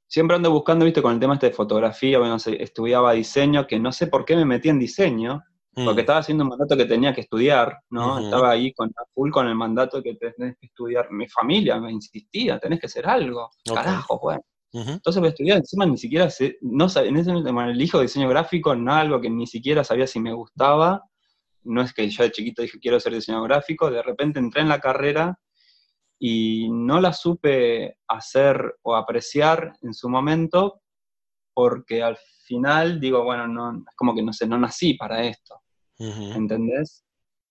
siempre ando buscando, viste, con el tema este de fotografía, bueno, estudiaba diseño, que no sé por qué me metí en diseño, porque estaba haciendo un mandato que tenía que estudiar, ¿no? Ujú, Estaba ahí a full con el mandato que tenés que estudiar. Mi familia me insistía, tenés que hacer algo. ok. Carajo, bueno. Ujú, Entonces me estudiaba, encima ni siquiera no sabía, en ese momento bueno, elijo diseño gráfico, no algo que ni siquiera sabía si me gustaba. No es que yo de chiquito dije quiero ser diseñador gráfico, de repente entré en la carrera y no la supe hacer o apreciar en su momento, porque al final digo, bueno, no, es como que no sé, no nací para esto, ujú. ¿entendés?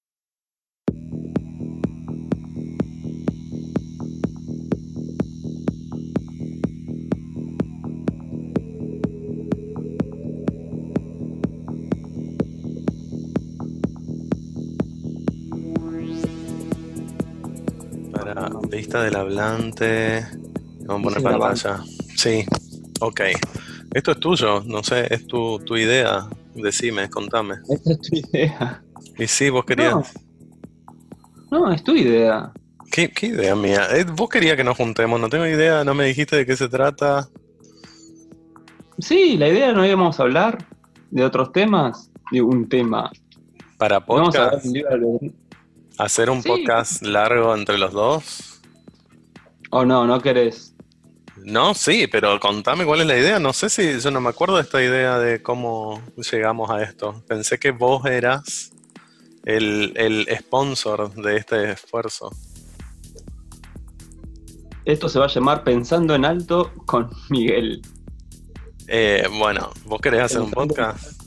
Para vista del hablante. Vamos a poner Dice grabando. pantalla. Sí, ok. Esto es tuyo, no sé, es tu idea. Decime, contame. Esta es tu idea. Y sí, vos querías. No, no, es tu idea. ¿Qué idea mía? Vos querías que nos juntemos, no tengo idea, no me dijiste de qué se trata. Sí, la idea no íbamos a hablar de otros temas, de un tema. Para Íbamos a hablar del podcast, libro de albedrío. hacer un Sí, podcast largo entre los dos. o no, no querés. No, sí, pero contame cuál es la idea. No sé si yo no me acuerdo de esta idea de cómo llegamos a esto. Pensé que vos eras el sponsor de este esfuerzo. Esto se va a llamar Pensando en Alto con Miguel. Bueno, ¿vos querés hacer un Pensando en... podcast?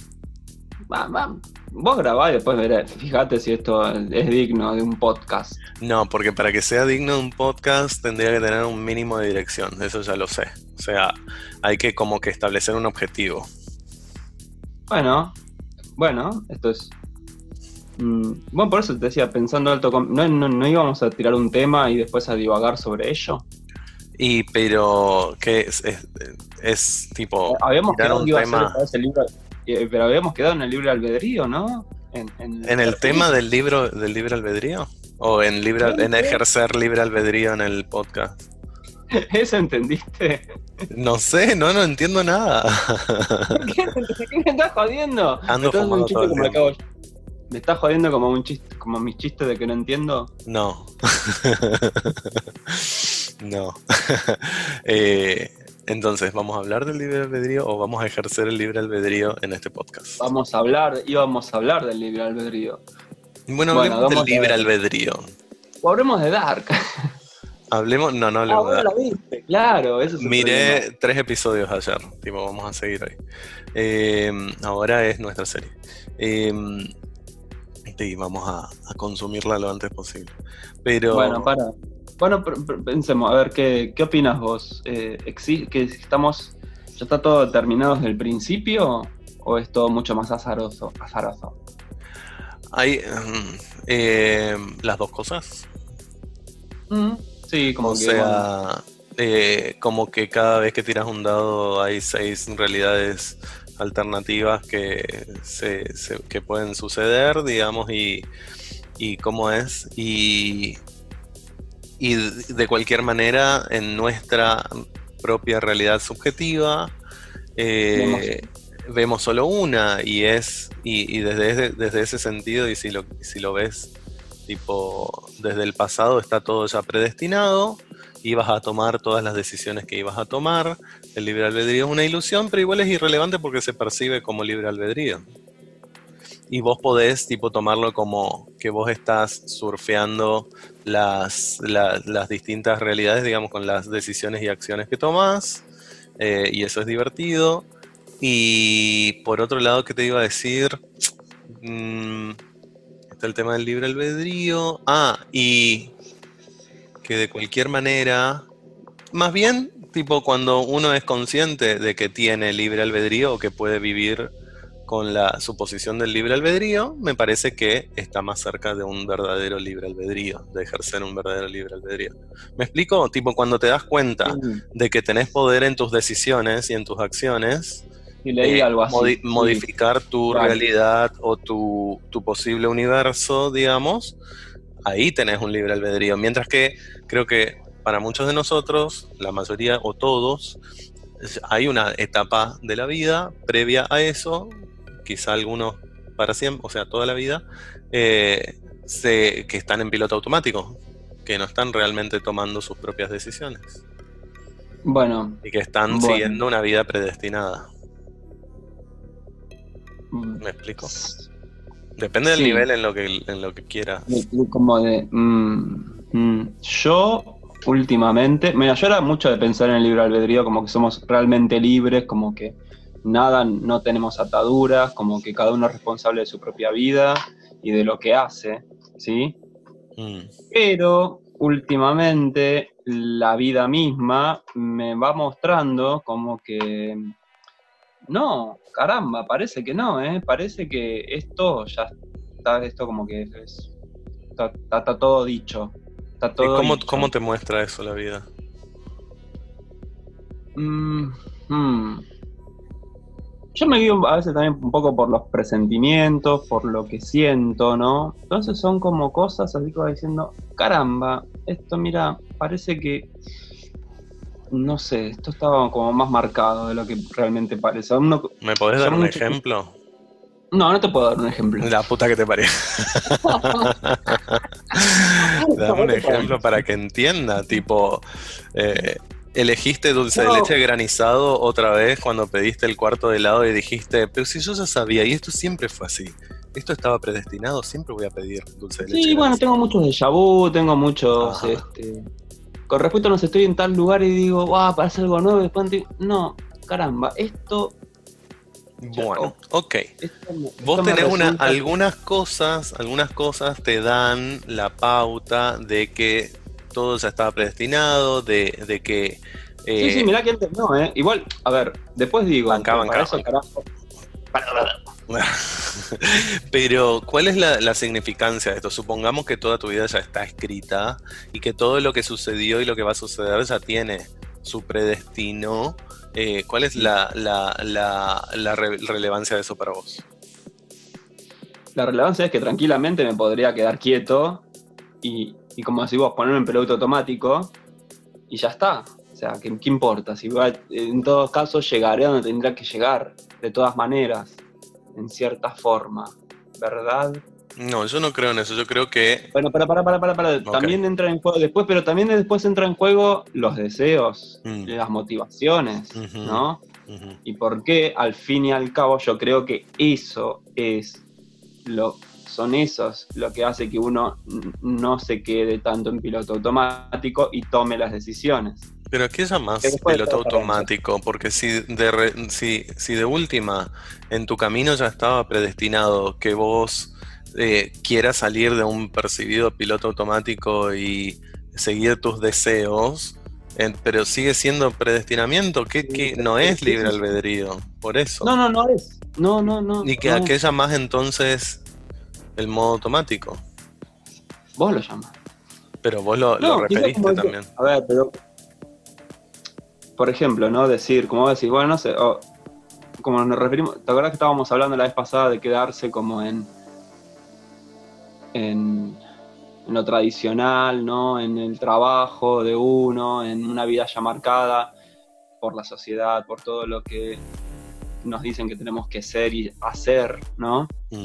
Vos grabá y después verás. Fíjate si esto es digno de un podcast. No, porque para que sea digno de un podcast tendría que tener un mínimo de dirección, eso ya lo sé. O sea, hay que como que establecer un objetivo. Bueno, bueno, esto es... bueno, por eso te decía, pensando alto, no íbamos a tirar un tema y después a divagar sobre ello. Pero, ¿qué es tipo Habíamos tirar quedado un que iba a ser tema esta vez el libro, pero habíamos quedado en el libre albedrío, ¿no? En el en el tema cartelito. del libre albedrío? ¿O en ¿Eh? ejercer libre albedrío en el podcast? ¿Eso entendiste? No sé, no entiendo nada. ¿Qué me estás jodiendo? ¿Me Ando estás haciendo un fumado todo chiste el como el que hago tiempo. yo? ¿Me estás jodiendo como un chiste, como mis chistes de que no entiendo? No. No. Eh, entonces, ¿vamos a hablar del libre albedrío o vamos a ejercer el libre albedrío en este podcast? Íbamos a hablar del libre albedrío. Bueno, Bueno, hablemos del hagamos libre albedrío. o hablemos de Dark. Hablemos, no Ah, hablemos de bueno, la Dark. viste. Claro, ese es el problema. Miré 3 episodios ayer, tipo, vamos a seguir hoy. Ahora es nuestra serie. Eh, y vamos a consumirla lo antes posible. Bueno, Pero para. Bueno, pensemos, a ver, ¿qué opinas vos? ¿Que estamos, ya está todo terminado desde el principio o es todo mucho más azaroso? hay las dos cosas. Mm, sí, O como que, bueno, sea, como que cada vez que tiras un dado hay 6 realidades alternativas que pueden suceder, digamos, y cómo es. Y de cualquier manera, en nuestra propia realidad subjetiva, vemos. eh, vemos solo una y desde ese sentido, y si lo ves tipo desde el pasado, está todo ya predestinado, ibas a tomar todas las decisiones que ibas a tomar. El libre albedrío es una ilusión, pero igual es irrelevante porque se percibe como libre albedrío. Y vos podés tipo tomarlo como que vos estás surfeando las distintas realidades, digamos, con las decisiones y acciones que tomás, y eso es divertido. Y por otro lado, ¿qué te iba a decir? Mm, Está el tema del libre albedrío. Y que de cualquier manera, más bien, tipo cuando uno es consciente de que tiene libre albedrío o que puede vivir con la suposición del libre albedrío, me parece que está más cerca de un verdadero libre albedrío, de ejercer un verdadero libre albedrío. ¿Me explico? Tipo, cuando te das cuenta Sí, de que tenés poder en tus decisiones y en tus acciones, sí, leí algo así, sí, modificar tu claro. realidad o tu posible universo, digamos, ahí tenés un libre albedrío. Mientras que creo que para muchos de nosotros, la mayoría o todos, hay una etapa de la vida previa a eso, quizá algunos para siempre, o sea, toda la vida, que están en piloto automático, que no están realmente tomando sus propias decisiones Bueno, y que están bueno. siguiendo una vida predestinada. Mm, ¿Me explico? Depende del sí, nivel en lo que quieras. como de... Yo últimamente, mira, yo era mucho de pensar en el libre albedrío, como que somos realmente libres, como que nada, no tenemos ataduras, como que cada uno es responsable de su propia vida y de lo que hace, ¿sí? Pero últimamente la vida misma me va mostrando como que no, caramba, parece que no, parece que esto ya está, esto como que está todo dicho, está ¿Y todo dicho. cómo te muestra eso la vida? Mm, mm. Yo me guío a veces también un poco por los presentimientos, por lo que siento, ¿no? Entonces son como cosas así que va diciendo, caramba, esto mira, parece que, no sé, esto estaba como más marcado de lo que realmente parece. ¿Me podés dar un ejemplo? No, no te puedo dar un ejemplo. La puta que te parió. Dame un ejemplo para que entienda, tipo, elegiste dulce de leche granizado otra vez cuando pediste el cuarto de helado y dijiste, pero si yo ya sabía, y esto siempre fue así, esto estaba predestinado, siempre voy a pedir dulce de leche Sí, bueno, tengo muchos déjà vu, tengo muchos, Ajá. con respecto a no sé, estoy en tal lugar y digo, para hacer algo nuevo, y después digo, no, caramba, esto... Bueno, ok. Esto Vos tenés resulta algunas cosas te dan la pauta de que todo ya estaba predestinado, de que... Sí, mirá que antes no, Igual, a ver, después digo, Banca. eso, carajo... Pero, ¿cuál es la significancia de esto? Supongamos que toda tu vida ya está escrita y que todo lo que sucedió y lo que va a suceder ya tiene su predestino. ¿Cuál es la relevancia de eso para vos? La relevancia es que tranquilamente me podría quedar quieto y como decís vos, ponerme en piloto automático y ya está. O sea, ¿qué importa? Si en todos casos llegaré a donde tendría que llegar, de todas maneras, en cierta forma, ¿verdad? No, yo no creo en eso, yo creo que... Bueno, para. Okay. También entra en juego después, pero también después entra en juego los deseos, las motivaciones, ¿no? Y por qué, al fin y al cabo, yo creo que eso es son esos lo que hace que uno no se quede tanto en piloto automático y tome las decisiones. Pero ¿qué llamas piloto automático? Porque si de última en tu camino ya estaba predestinado que vos quieras salir de un percibido piloto automático y seguir tus deseos, pero sigue siendo predestinamiento, que no es libre albedrío, por eso. No es. No. ¿Y a qué llamás entonces el modo automático? Vos lo llamás. Pero vos lo referiste también. A ver, pero... Por ejemplo, ¿no? Decir, como vos decís, bueno, no sé, como nos referimos... ¿Te acuerdas que estábamos hablando la vez pasada de quedarse como en lo tradicional, ¿no? En el trabajo de uno, en una vida ya marcada por la sociedad, por todo lo que nos dicen que tenemos que ser y hacer, ¿no?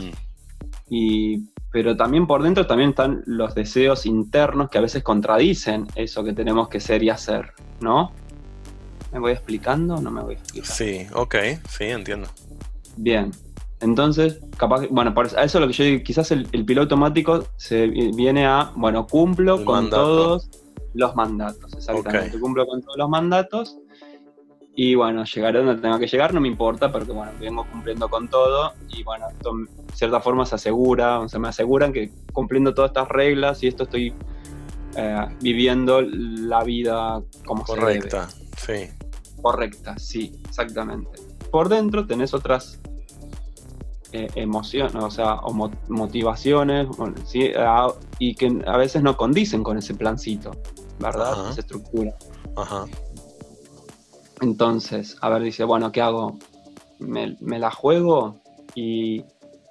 Pero también por dentro también están los deseos internos que a veces contradicen eso que tenemos que ser y hacer, ¿no? ¿Me voy explicando o no me voy explicando? Sí, ok, sí, entiendo. Bien, entonces, capaz, bueno, a eso es lo que yo digo, quizás el piloto automático se viene a, bueno, cumplo con todos los mandatos, exactamente, okay. Cumplo con todos los mandatos y bueno, llegaré donde tenga que llegar, no me importa, porque bueno, vengo cumpliendo con todo y bueno, esto de cierta forma se asegura, o sea, me aseguran que cumpliendo todas estas reglas y esto estoy viviendo la vida como correcta, se debe. Sí. Correcta, sí, exactamente. Por dentro tenés otras emociones, o sea, o motivaciones, ¿sí? Y que a veces no condicen con ese plancito, ¿verdad? Ajá. Esa estructura. Ajá. Entonces, a ver, dice, bueno, ¿qué hago? Me la juego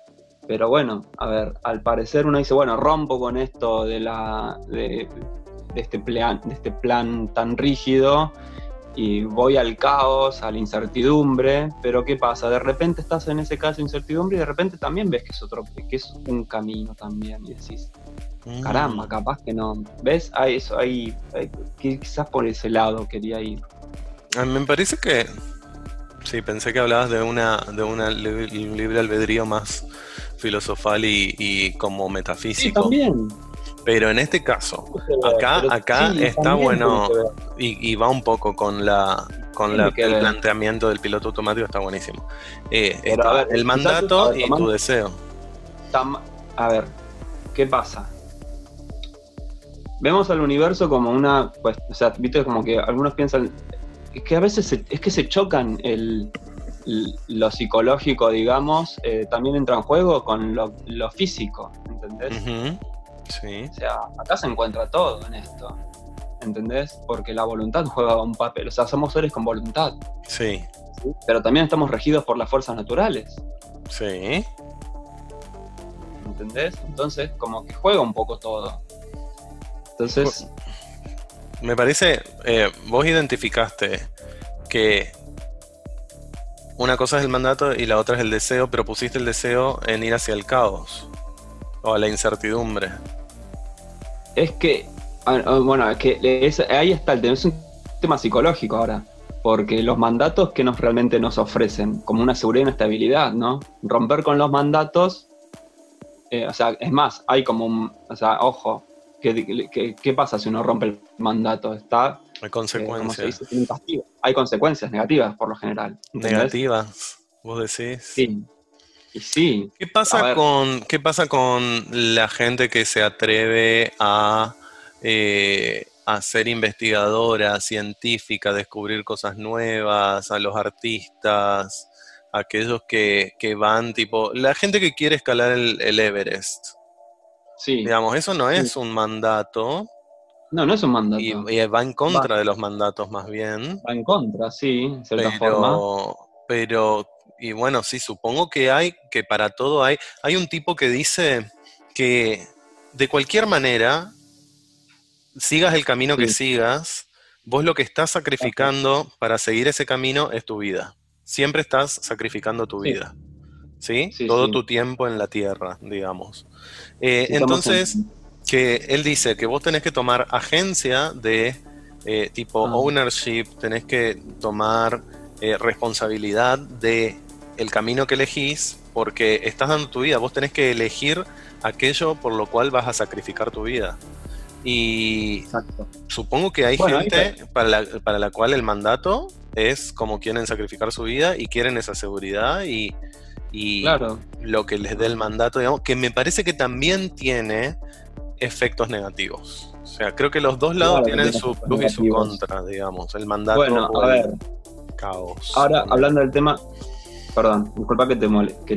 pero bueno, a ver, al parecer uno dice, bueno, rompo con esto de de este plan tan rígido y voy al caos, a la incertidumbre, pero ¿qué pasa? De repente estás en ese caso de incertidumbre y de repente también ves que es un camino también y decís, caramba, capaz que no. ¿Ves? Quizás por ese lado quería ir. A mí me parece que sí, pensé que hablabas de un libre albedrío más filosofal y como metafísico. Sí, también. Pero en este caso, acá sí, está bueno y va un poco con el planteamiento del piloto automático, está buenísimo. Está a ver, el mandato y tu deseo. A ver, ¿qué pasa? Vemos al universo como una, pues, o sea, viste, como que algunos piensan, es que a veces es que se chocan lo psicológico, digamos, también entra en juego con lo físico, ¿entendés? Uh-huh. Sí. O sea, acá se encuentra todo en esto, ¿entendés? Porque la voluntad juega un papel, o sea, somos seres con voluntad. Sí. ¿Sí? Pero también estamos regidos por las fuerzas naturales. Sí. ¿Entendés? Entonces, como que juega un poco todo. Entonces... Me parece, vos identificaste que una cosa es el mandato y la otra es el deseo, pero pusiste el deseo en ir hacia el caos o a la incertidumbre. Es que, bueno, es que ahí está el tema, es un tema psicológico ahora, porque los mandatos que realmente nos ofrecen, como una seguridad y una estabilidad, ¿no? Romper con los mandatos, o sea, es más, hay como o sea, ojo, ¿qué pasa si uno rompe el mandato? Hay consecuencias. Tiene un castigo. Hay consecuencias negativas, por lo general. ¿Entendés? Negativas, vos decís. Sí. Y sí. ¿Qué pasa con la gente que se atreve a ser investigadora, científica, descubrir cosas nuevas, a los artistas, aquellos que van, tipo, la gente que quiere escalar el Everest? Sí. Digamos, eso no es un mandato. No es un mandato. Y va en contra de los mandatos, más bien. Va en contra, sí, en cierta forma. Pero, y bueno, sí, supongo que para todo hay un tipo que dice que de cualquier manera, sigas el camino que sigas, vos lo que estás sacrificando para seguir ese camino es tu vida. Siempre estás sacrificando tu vida. ¿Sí? Todo tu tiempo en la tierra, digamos. Entonces, que él dice que vos tenés que tomar agencia de tipo ownership, tenés que tomar responsabilidad de el camino que elegís, porque estás dando tu vida, vos tenés que elegir aquello por lo cual vas a sacrificar tu vida. Y supongo que hay gente para la cual el mandato es como quieren sacrificar su vida y quieren esa seguridad y lo que les dé el mandato, digamos, que me parece que también tiene efectos negativos. O sea, creo que los dos lados tienen su plus y su contra, digamos. El mandato o el caos. Ahora, hablando del tema, perdón, disculpa que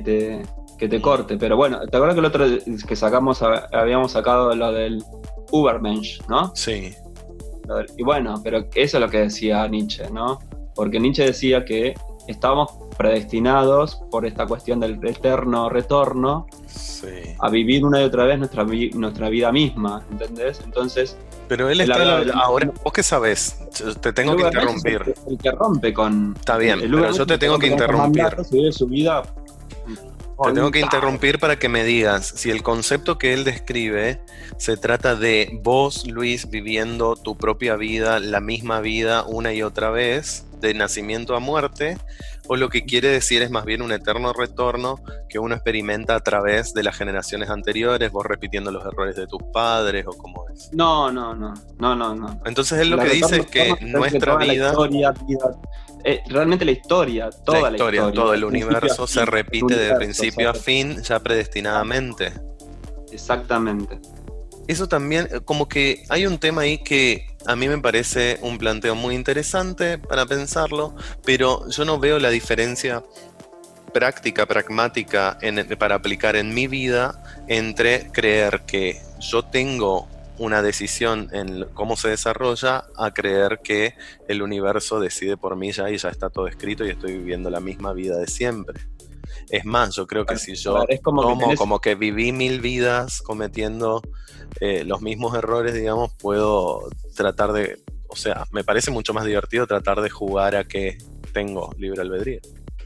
te corte, pero bueno, ¿te acuerdas que el otro que habíamos sacado lo del Übermensch, ¿no? Sí. Y bueno, pero eso es lo que decía Nietzsche, ¿no? Porque Nietzsche decía que estábamos predestinados por esta cuestión del eterno retorno a vivir una y otra vez nuestra vida misma, ¿entendés? Entonces... Pero él está... Ahora, ¿vos qué sabés? Te tengo que interrumpir. El que rompe con... Está bien, pero yo te tengo que interrumpir. Su vida... Te tengo que interrumpir para que me digas si el concepto que él describe se trata de vos, Luis, viviendo tu propia vida, la misma vida una y otra vez, de nacimiento a muerte, o lo que quiere decir es más bien un eterno retorno que uno experimenta a través de las generaciones anteriores, vos repitiendo los errores de tus padres, o cómo es. No. Entonces él lo que dice es que nuestra vida... realmente la historia, toda la historia, todo el universo se repite de principio a fin, ya predestinadamente. Exactamente. Eso también, como que hay un tema ahí que a mí me parece un planteo muy interesante para pensarlo, pero yo no veo la diferencia práctica, pragmática para aplicar en mi vida entre creer que yo tengo una decisión en cómo se desarrolla a creer que el universo decide por mí ya y ya está todo escrito y estoy viviendo la misma vida de siempre. Es más, yo creo que si yo es como que tenés... como que viví 1000 vidas cometiendo los mismos errores, digamos, puedo tratar de, o sea, me parece mucho más divertido tratar de jugar a que tengo libre albedrío.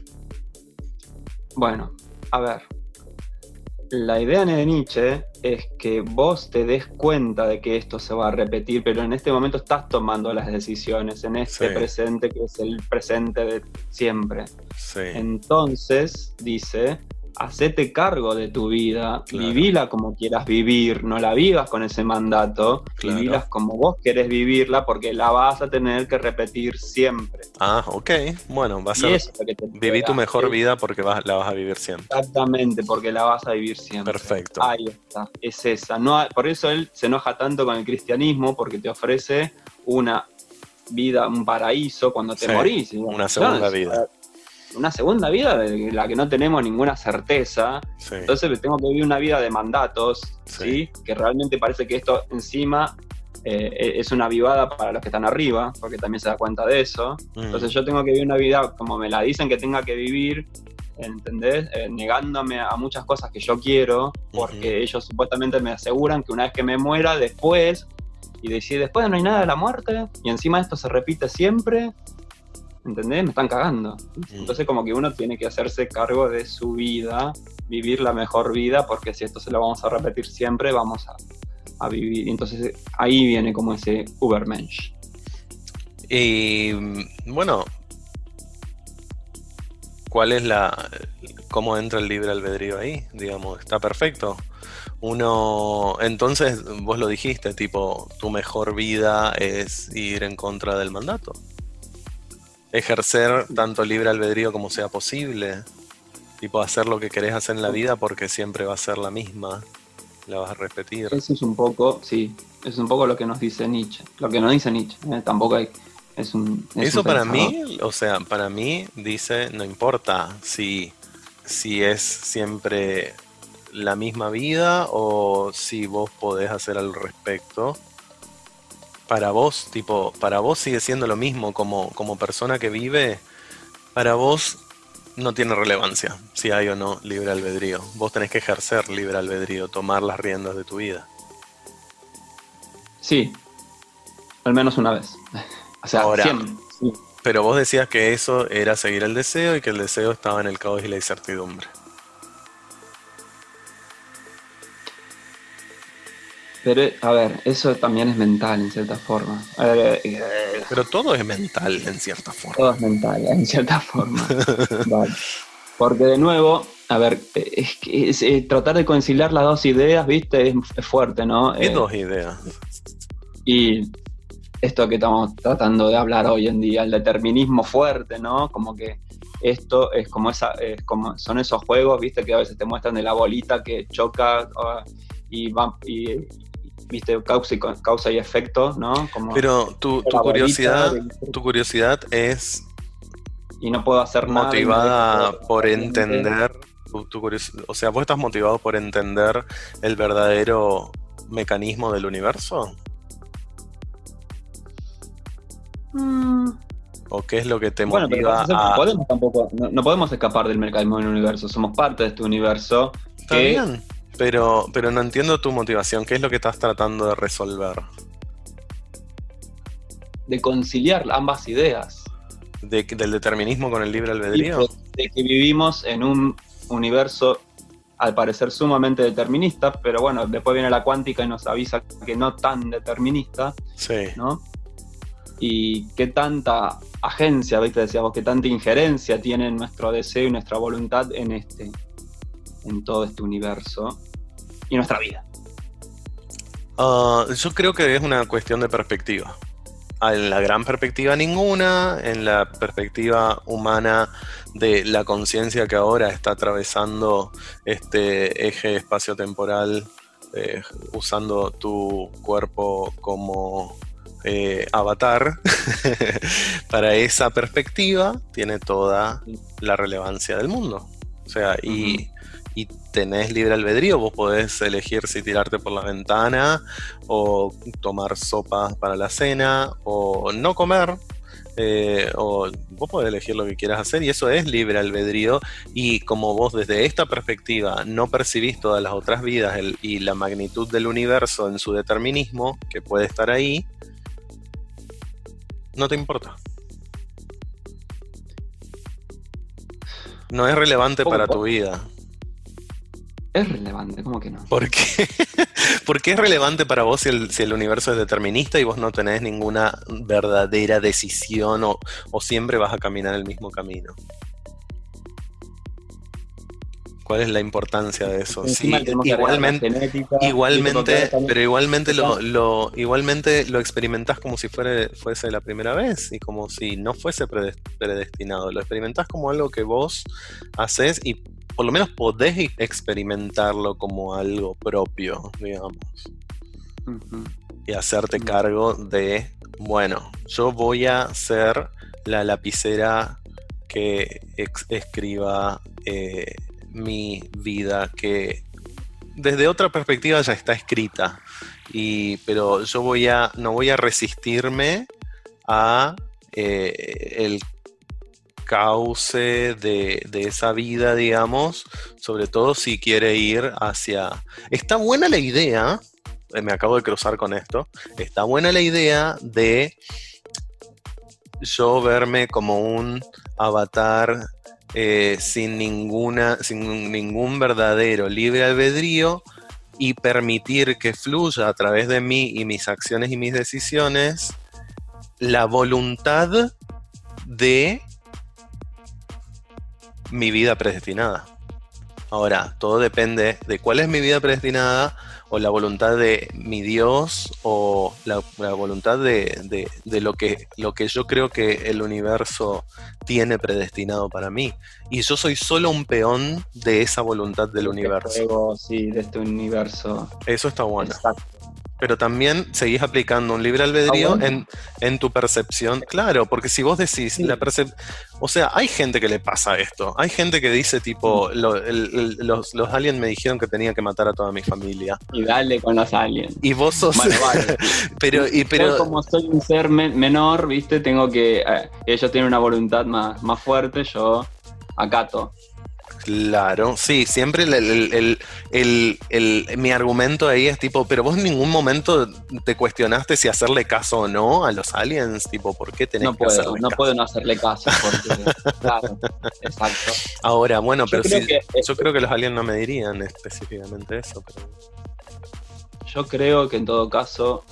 Bueno, a ver, la idea de Nietzsche es que vos te des cuenta de que esto se va a repetir, pero en este momento estás tomando las decisiones, en este presente que es el presente de siempre. Sí. Entonces, dice, hacete cargo de tu vida, vivila como quieras vivir, no la vivas con ese mandato, vivilas como vos querés vivirla, porque la vas a tener que repetir siempre. Ah, ok, bueno, va a ser viví tu mejor vida porque la vas a vivir siempre. Exactamente, porque la vas a vivir siempre. Perfecto. Ahí está, es esa. No, por eso él se enoja tanto con el cristianismo, porque te ofrece una vida, un paraíso cuando te morís. Una segunda vida. Una segunda vida de la que no tenemos ninguna certeza. Sí. Entonces tengo que vivir una vida de mandatos, ¿sí? Que realmente parece que esto encima es una avivada para los que están arriba, porque también se da cuenta de eso. Entonces yo tengo que vivir una vida como me la dicen que tenga que vivir, ¿entendés? Negándome a muchas cosas que yo quiero, porque ellos supuestamente me aseguran que una vez que me muera, después, y decir, después no hay nada de la muerte, y encima esto se repite siempre, ¿entendés? Me están cagando. Entonces como que uno tiene que hacerse cargo de su vida, vivir la mejor vida, porque si esto se lo vamos a repetir siempre, vamos a vivir. Entonces ahí viene como ese Übermensch. Y bueno, ¿cuál es cómo entra el libre albedrío ahí? Digamos, está perfecto. Entonces vos lo dijiste, tipo, tu mejor vida es ir en contra del mandato. Ejercer tanto libre albedrío como sea posible, tipo hacer lo que querés hacer en la vida porque siempre va a ser la misma, la vas a repetir. Eso es un poco, sí, es un poco lo que nos dice Nietzsche, tampoco hay, eso para mí, o sea, para mí dice, no importa si es siempre la misma vida o si vos podés hacer algo al respecto. Para vos sigue siendo lo mismo como persona que vive, para vos no tiene relevancia si hay o no libre albedrío. Vos tenés que ejercer libre albedrío, tomar las riendas de tu vida. Sí, al menos una vez. O sea, ahora, siempre. Sí. Pero vos decías que eso era seguir el deseo y que el deseo estaba en el caos y la incertidumbre. Pero, a ver, eso también es mental en cierta forma. Pero todo es mental en cierta forma. Todo es mental en cierta forma. Vale. Porque de nuevo, a ver, tratar de conciliar las dos ideas, ¿viste? Es fuerte, ¿no? ¿Qué dos ideas? Y esto que estamos tratando de hablar hoy en día, el determinismo fuerte, ¿no? Como que esto es como son esos juegos, ¿viste? Que a veces te muestran de la bolita que choca y viste, causa y efecto, ¿no? Como pero tu curiosidad es y no puedo hacer nada motivada por entender o sea, vos estás motivado por entender el verdadero mecanismo del universo. ¿O qué es lo que te motiva no podemos escapar del mecanismo del universo, somos parte de este universo. Está bien. Pero no entiendo tu motivación. ¿Qué es lo que estás tratando de resolver? De conciliar ambas ideas. ¿Del determinismo con el libre albedrío? De que vivimos en un universo al parecer sumamente determinista, pero bueno, después viene la cuántica y nos avisa que no tan determinista. Sí. ¿No? Y qué tanta agencia, ¿viste? Decíamos, qué tanta injerencia tiene nuestro deseo y nuestra voluntad en todo este universo y nuestra vida. Yo creo que es una cuestión de perspectiva. En la gran perspectiva ninguna, en la perspectiva humana de la conciencia que ahora está atravesando este eje espacio-temporal, usando tu cuerpo como avatar, para esa perspectiva tiene toda la relevancia del mundo. O sea, y tenés libre albedrío, vos podés elegir si tirarte por la ventana o tomar sopa para la cena o no comer o vos podés elegir lo que quieras hacer y eso es libre albedrío. Y como vos desde esta perspectiva no percibís todas las otras vidas y la magnitud del universo en su determinismo, que puede estar ahí, no te importa. No es relevante para tu vida. Es relevante, ¿cómo que no? ¿Por qué? ¿Por qué es relevante para vos si el universo es determinista y vos no tenés ninguna verdadera decisión o siempre vas a caminar el mismo camino? ¿Cuál es la importancia de eso? Sí, igualmente, pero igualmente lo experimentás como si fuese la primera vez y como si no fuese predestinado. Lo experimentás como algo que vos haces y por lo menos podés experimentarlo como algo propio, digamos. Uh-huh. Y hacerte cargo de, bueno, yo voy a ser la lapicera que escriba mi vida, que desde otra perspectiva ya está escrita, pero yo no voy a resistirme a el cauce de esa vida, digamos, sobre todo si quiere ir hacia... Está buena la idea, me acabo de cruzar con esto, está buena la idea de yo verme como un avatar sin ningún verdadero libre albedrío y permitir que fluya a través de mí y mis acciones y mis decisiones la voluntad de mi vida predestinada. Ahora, todo depende de cuál es mi vida predestinada o la voluntad de mi Dios o la voluntad de lo que yo creo que el universo tiene predestinado para mí. Y yo soy solo un peón de esa voluntad del universo. Juego, sí, de este universo. Eso está bueno. Exacto. Pero también seguís aplicando un libre albedrío en tu percepción. Claro, porque si vos decís, sí. O sea, hay gente que le pasa esto. Hay gente que dice tipo, los aliens me dijeron que tenía que matar a toda mi familia. Y dale con los aliens. Y vos sos... Bueno, vale. pero yo como soy un ser menor, ¿viste? Tengo que... ellos tienen una voluntad más fuerte, yo acato. Claro, sí, siempre mi argumento ahí es tipo, pero vos en ningún momento te cuestionaste si hacerle caso o no a los aliens, tipo, ¿por qué tenés que hacerle caso? No puedo no hacerle caso, porque, claro, exacto. Ahora, bueno, pero sí, yo creo que los aliens no me dirían específicamente eso, pero... Yo creo que en todo caso,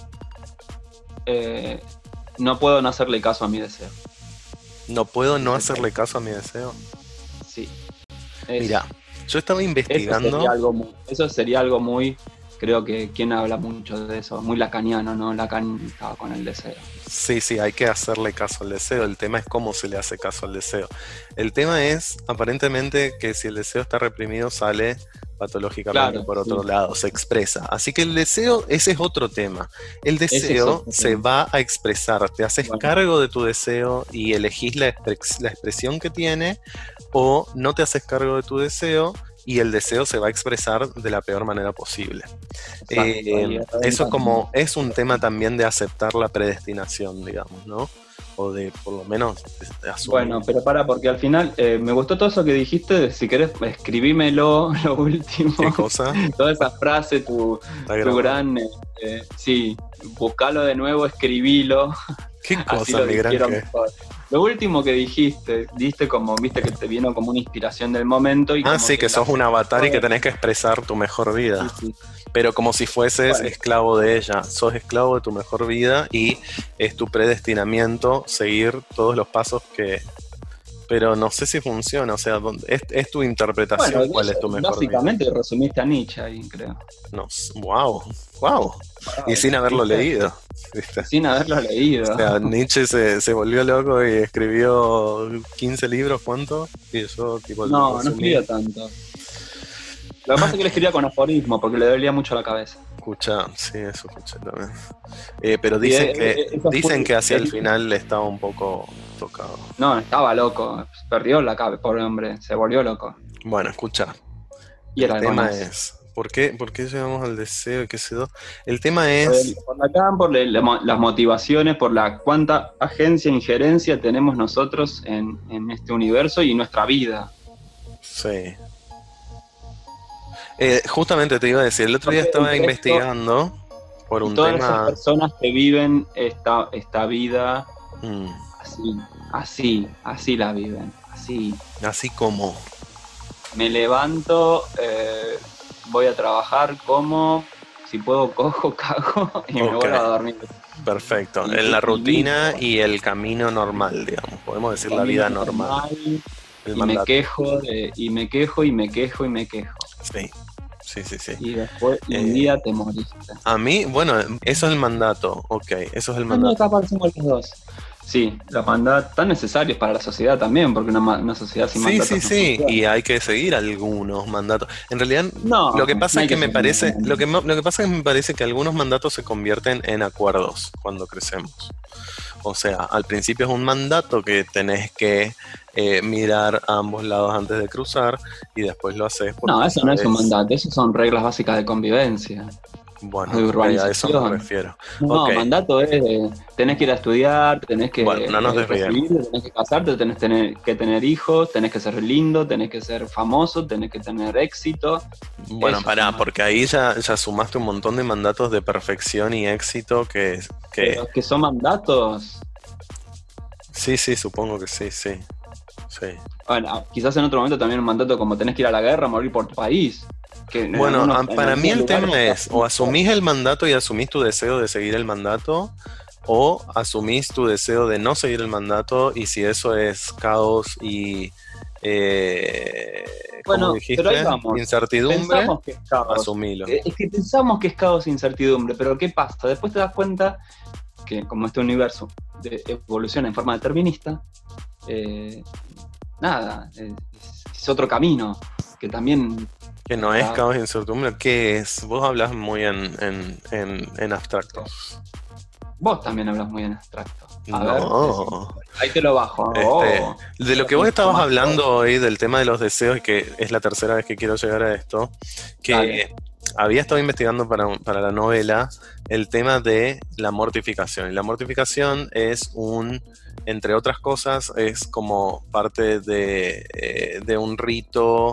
no puedo no hacerle caso a mi deseo. ¿No puedo no hacerle caso a mi deseo? Sí. Mira, yo estaba investigando... Eso sería algo muy... Creo que quien habla mucho de eso, muy lacaniano, ¿no? Lacan estaba con el deseo. Sí, hay que hacerle caso al deseo. El tema es cómo se le hace caso al deseo. El tema es, aparentemente, que si el deseo está reprimido, sale patológicamente por otro lado, se expresa. Así que el deseo, ese es otro tema. El deseo se va a expresar, te haces cargo de tu deseo y elegís la expresión que tiene, o no te haces cargo de tu deseo y el deseo se va a expresar de la peor manera posible. Eso es un tema también de aceptar la predestinación, digamos, ¿no? O de, por lo menos, asumir. Bueno, pero porque al final me gustó todo eso que dijiste. Si querés, escribímelo, lo último. ¿Qué cosa? Toda esa frase, tu gran... sí, buscalo de nuevo, escribilo. ¿Qué cosa, mi gran qué? Lo último que dijiste como, viste que te vino como una inspiración del momento. Y sí, que sos un avatar y que tenés que expresar tu mejor vida. Sí. Pero como si fueses esclavo de ella. Sos esclavo de tu mejor vida y es tu predestinamiento seguir todos los pasos que... Pero no sé si funciona, o sea, es tu interpretación cuál es tu mejor vida. Básicamente resumiste a Nietzsche ahí, creo. No, wow. Y sin haberlo leído. ¿Viste? Sin haberlo leído. O sea, Nietzsche se volvió loco y escribió 15 libros, ¿cuánto? Y yo, tipo, no escribió tanto. Lo que pasa es que él escribía con aforismo, porque le dolía mucho la cabeza. Eso escuché también. Pero dicen que hacia el final estaba un poco tocado. No, estaba loco. Perdió la cabeza, pobre hombre. Se volvió loco. Bueno, escucha. Y el tema es... ¿Por qué llegamos al deseo? ¿Qué se da? El tema es... Por acá, por las motivaciones, por la cuánta agencia, injerencia tenemos nosotros en este universo y nuestra vida. Sí. Justamente te iba a decir, el otro día estaba investigando por un todas esas tema... personas que viven esta vida Mm, así la viven, así. así como... Me levanto, voy a trabajar, como, si puedo cojo, cago y me Ok. vuelvo a dormir. Perfecto. Y- En la y rutina listo. y el camino normal, digamos. Podemos decir la Camino vida normal. El y me mandato. quejo, y me quejo, y me quejo, y me quejo. Sí. Sí, sí, sí. Y después un Eh, día te moriste. A mí, bueno, eso es el mandato. Ok, eso es el No, mandato. acá parecemos los dos. Sí, los mandatos tan necesarios para la sociedad también, porque una sociedad sin Sí, mandatos sí, no sí, funciona. y hay que seguir algunos mandatos. En realidad, lo No, que no pasa es hay que que me seguir parece, ningún lo que pasa es que me parece que algunos mandatos se convierten en acuerdos cuando crecemos. O sea, al principio es un mandato que tenés que mirar a ambos lados antes de cruzar y después lo haces porque No, eso no es un sabes. mandato, eso son reglas básicas de convivencia, Bueno, de ok, a eso me urbanización. refiero. No, Ok, mandato es tenés que ir a estudiar, tenés que bueno, no nos desviemos. recibirte, tenés que casarte, que tener hijos, tenés que ser lindo, tenés que ser famoso, tenés que tener éxito. Bueno, Eso pará, son porque ahí ya sumaste un montón de mandatos de perfección y éxito que pero que son mandatos. sí, sí, supongo que sí, sí. Sí. Bueno, quizás en otro momento también un mandato como tenés que ir a la guerra, morir por tu país. Que Bueno, en para mí algunos el tema lugares es, o asumís el mandato y asumís tu deseo de seguir el mandato, o asumís tu deseo de no seguir el mandato, y si eso es caos y, ¿cómo bueno, pero ahí dijiste? vamos. Incertidumbre, Pensamos que es caos. asumilo. Es que pensamos que es caos e incertidumbre, pero ¿qué pasa? Después te das cuenta que como este universo evoluciona en forma determinista, nada, es otro camino que también Que no es está. caos e incertidumbre, ¿qué es? Vos hablas muy en abstractos. Vos también hablas muy en abstracto. A ver, No. ahí te lo bajo. De lo que vos estabas hablando hoy, del tema de los deseos, y que es la tercera vez que quiero llegar a esto, que Dale. había estado investigando para la novela el tema de la mortificación. Y la mortificación es entre otras cosas, es como parte de un rito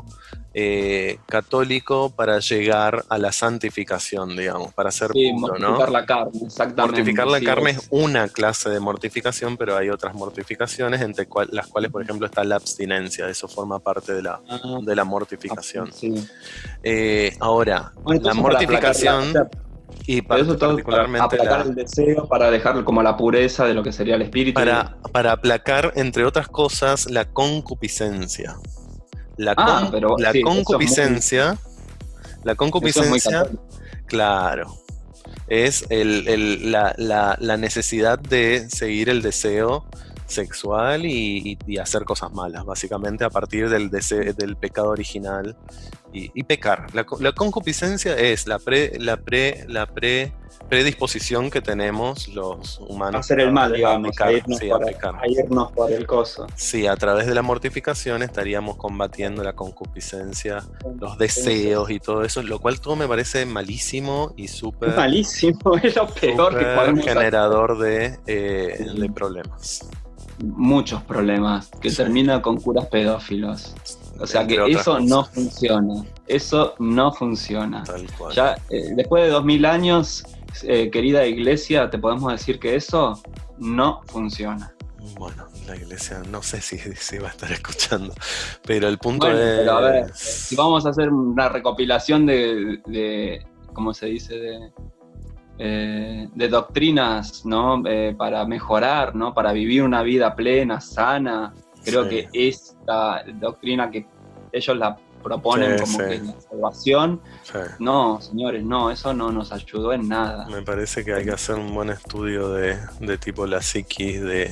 católico para llegar a la santificación, digamos, para ser Sí, puro, mortificar ¿no? la carne, exactamente. Mortificar la sí, carne es una clase de mortificación, pero hay otras mortificaciones, las cuales, por ejemplo, está la abstinencia. Eso forma parte de la mortificación. Sí. Ahora, Bueno, la entonces mortificación y pero eso todo para particularmente aplacar el deseo, para dejar como la pureza de lo que sería el espíritu. para aplacar, entre otras cosas, la concupiscencia. Pero La sí, concupiscencia, eso es muy católico. claro, es la necesidad de seguir el deseo sexual y hacer cosas malas, básicamente a partir del pecado original y pecar. La concupiscencia es la predisposición que tenemos los humanos Hacer el mal, digamos, pecar, a pecar. a irnos por el coso. Sí, a través de la mortificación estaríamos combatiendo la concupiscencia, los deseos y todo eso, lo cual todo me parece malísimo y súper Malísimo, es lo peor que podemos hacer. generador de problemas. Muchos problemas, que termina con curas pedófilos. O sea Entre que otras eso cosas. no funciona. Eso no funciona. Tal cual. Ya después de 2000 años, querida iglesia, te podemos decir que eso no funciona. Bueno, la iglesia no sé si va a estar escuchando, pero el punto Bueno, es... pero a ver, si vamos a hacer una recopilación de ¿cómo se dice? De doctrinas, ¿no? Para mejorar, ¿no? Para vivir una vida plena, sana. Creo Sí. que esta doctrina que ellos la proponen Sí, como sí. que es la salvación, Sí. no, señores, no, eso no nos ayudó en nada. Me parece que hay que hacer un buen estudio de tipo la psiquis de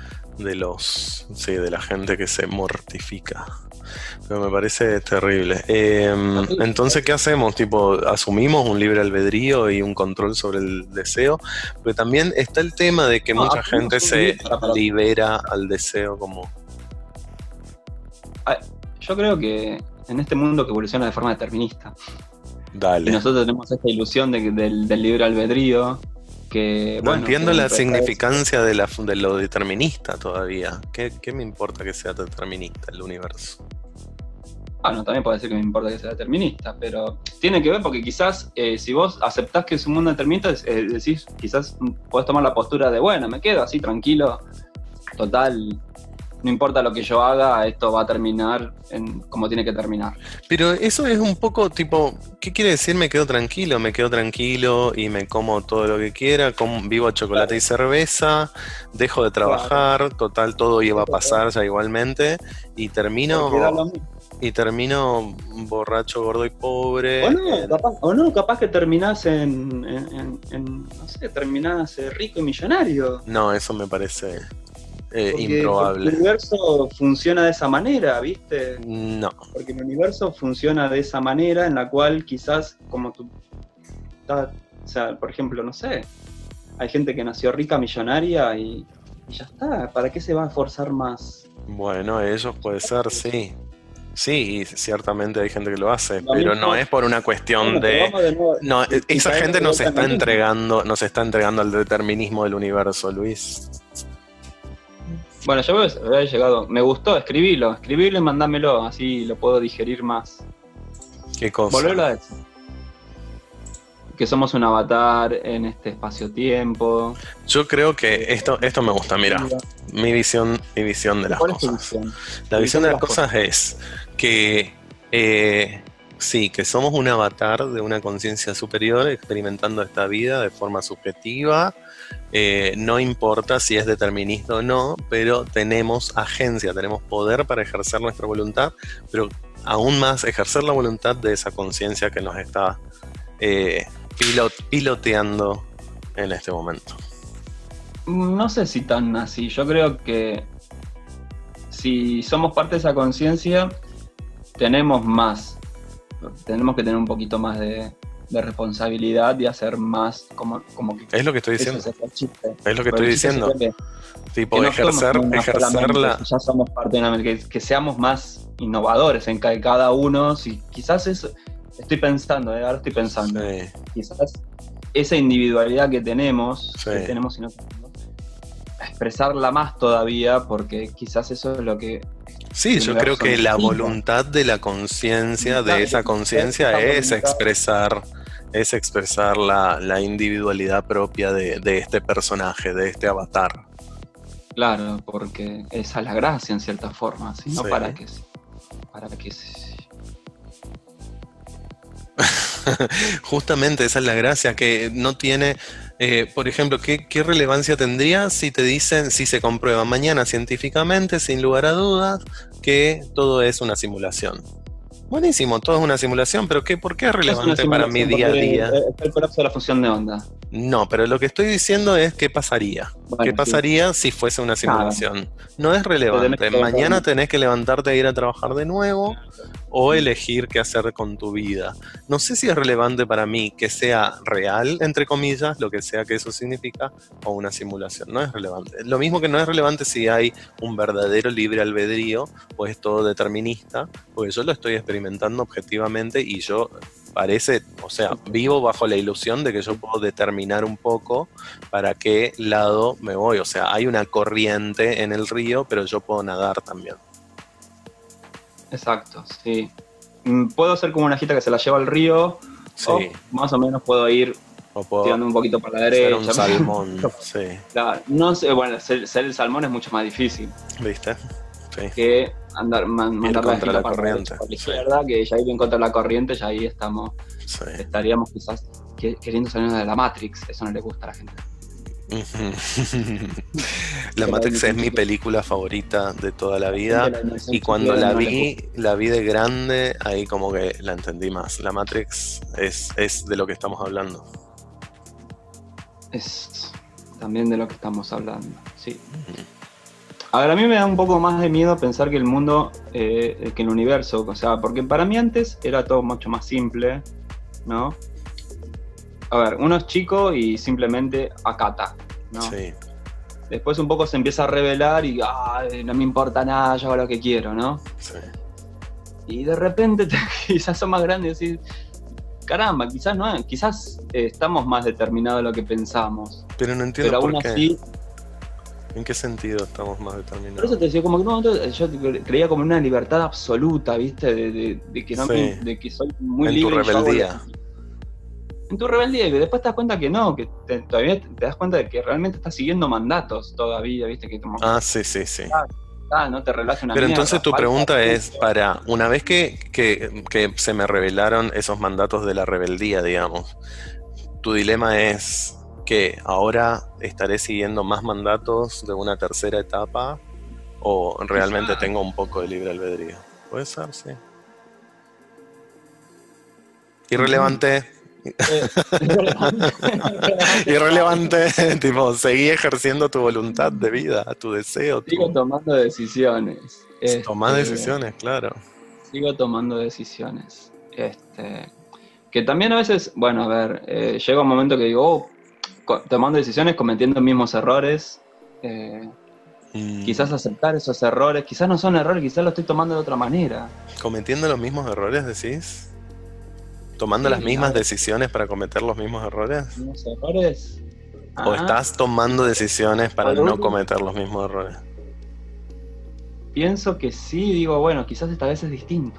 la gente que se mortifica. Pero me parece terrible. Entonces, ¿qué hacemos? Tipo, ¿asumimos un libre albedrío y un control sobre el deseo? Pero también está el tema de que No, mucha asumimos gente un se libre- para- libera al deseo como... Yo creo que en este mundo que evoluciona de forma determinista, Y Dale. nosotros tenemos esta ilusión del libre albedrío, que, No bueno, entiendo que la dentro de significancia de lo determinista todavía. ¿Qué me importa que sea determinista el universo? bueno, también puede decir que me importa que sea determinista, pero tiene que ver porque quizás si vos aceptás que es un mundo determinista, decís, quizás podés tomar la postura de, bueno, me quedo así tranquilo, total, no importa lo que yo haga, esto va a terminar como tiene que terminar. Pero eso es un poco tipo, ¿qué quiere decir me quedo tranquilo? Me quedo tranquilo y me como todo lo que quiera, vivo chocolate y cerveza, dejo de trabajar, total, todo iba a pasar ya igualmente, y Porque da lo mismo. termino borracho, gordo y pobre. O no, capaz que terminás no sé, terminás rico y millonario. No, eso me parece Porque improbable. el universo funciona de esa manera, ¿viste? No. Porque el universo funciona de esa manera en la cual quizás como tú... O sea, por ejemplo, no sé, hay gente que nació rica, millonaria y ya está. ¿Para qué se va a esforzar más? Bueno, ellos puede ser, sí. Sí, y ciertamente hay gente que lo hace, Lo pero mismo, no es por una cuestión bueno, pero de... vamos de nuevo, No, y esa caemos gente de nos vuelta en lo está mismo. entregando al determinismo del universo, Luis. Bueno, yo había llegado. Me gustó, escribilo y mandámelo, así lo puedo digerir más. ¿Qué cosa? Volverlo a eso. Que somos un avatar en este espacio-tiempo. Yo creo que esto me gusta, mira, mi visión de las ¿Cuál es tu cosas. visión? La visión de las cosas es que sí, que somos un avatar de una conciencia superior experimentando esta vida de forma subjetiva. No importa si es determinista o no, pero tenemos agencia, tenemos poder para ejercer nuestra voluntad, pero aún más ejercer la voluntad de esa conciencia que nos está piloteando en este momento. No sé si tan así. Yo creo que si somos parte de esa conciencia, tenemos que tener un poquito más de responsabilidad y hacer más como que... Es lo que estoy diciendo. Es lo que Pero estoy el chiste diciendo. sería Tipo, que no ejercer somos la... ya somos parte de una mente, que seamos más innovadores en cada uno. Si quizás eso, estoy pensando, ahora estoy pensando, Sí. quizás esa individualidad que tenemos, Sí. y no tenemos, expresarla más todavía, porque quizás eso es lo que... Sí, yo creo que la necesita. voluntad de la conciencia, de esa conciencia, es expresar la individualidad propia de este personaje, de este avatar. Claro, porque esa es la gracia en cierta forma, ¿sí? No Sí. para que Justamente esa es la gracia, que no tiene, por ejemplo, ¿qué relevancia tendría si te dicen, si se comprueba mañana científicamente, sin lugar a dudas, que todo es una simulación? Buenísimo, todo es una simulación, pero ¿por qué es relevante para mi día a día? Es el colapso de la función de onda. No, pero lo que estoy diciendo es qué pasaría. Bueno, ¿Qué pasaría si fuese una simulación? No es relevante. que Mañana tenés que levantarte e ir a trabajar de nuevo o elegir qué hacer con tu vida. No sé si es relevante para mí que sea real, entre comillas, lo que sea que eso significa, o una simulación. No es relevante. Lo mismo que no es relevante si hay un verdadero libre albedrío o es todo determinista, porque yo lo estoy experimentando objetivamente y yo vivo bajo la ilusión de que yo puedo determinar un poco para qué lado me voy. O sea, hay una corriente en el río, pero yo puedo nadar también. Exacto, sí. Puedo ser como una hojita que se la lleva al río, Sí. o más o menos puedo ir O puedo tirando un poquito para la ser derecha. un salmón, sí. Claro, no sé, bueno, ser el salmón es mucho más difícil ¿Viste? Sí. que mandar contra la para corriente, por la sí. izquierda, que ya ir en contra de la corriente, ya ahí Sí. estaríamos quizás queriendo salirnos de la Matrix. Eso no le gusta a la gente. La Matrix es mi película favorita de toda la vida y cuando la vi de grande, ahí como que la entendí más. La Matrix es de lo que estamos hablando. Es también de lo que estamos hablando, sí. A ver, a mí me da un poco más de miedo pensar que el mundo, que el universo, o sea, porque para mí antes era todo mucho más simple, ¿no? A ver, uno es chico y simplemente acata, ¿no? Sí. Después un poco se empieza a revelar y no me importa nada, yo hago lo que quiero, ¿no? Sí. Y de repente quizás son más grandes y decís, caramba, quizás no, quizás estamos más determinados de lo que pensamos. Pero no entiendo Pero por aún qué. así, ¿En qué sentido estamos más por eso determinados? te decía, como que en un momento yo creía como en una libertad absoluta, ¿viste? De que no Sí, de que soy muy en tu libre y yo hago rebeldía. en tu rebeldía, y después te das cuenta que no, que todavía te das cuenta de que realmente estás siguiendo mandatos todavía, ¿viste? Que como Ah, sí, sí, sí. no te relaja una Pero mierda, entonces tu falta pregunta es, mucho. para, una vez que se me revelaron esos mandatos de la rebeldía, digamos, tu dilema es que ahora estaré siguiendo más mandatos de una tercera etapa o realmente Quizás. tengo un poco de libre albedrío. Puede ser, sí. Ujú. Irrelevante. Relevante, relevante para mí. Irrelevante, tipo, seguí ejerciendo tu voluntad de vida, tu deseo, Sigo tu... tomando decisiones. Tomás decisiones, claro. Sigo tomando decisiones. Que también a veces, bueno, a ver, llega un momento que digo, tomando decisiones, cometiendo mismos errores. Mm, Quizás aceptar esos errores, quizás no son errores, quizás lo estoy tomando de otra manera. ¿cometiendo los mismos errores, decís? ¿Tomando las Sí, a mismas ver, decisiones para cometer los mismos errores? unos errores. ¿O Ah, estás tomando decisiones a para lo no último cometer los mismos errores? pienso que sí, digo, bueno, quizás esta vez es distinto.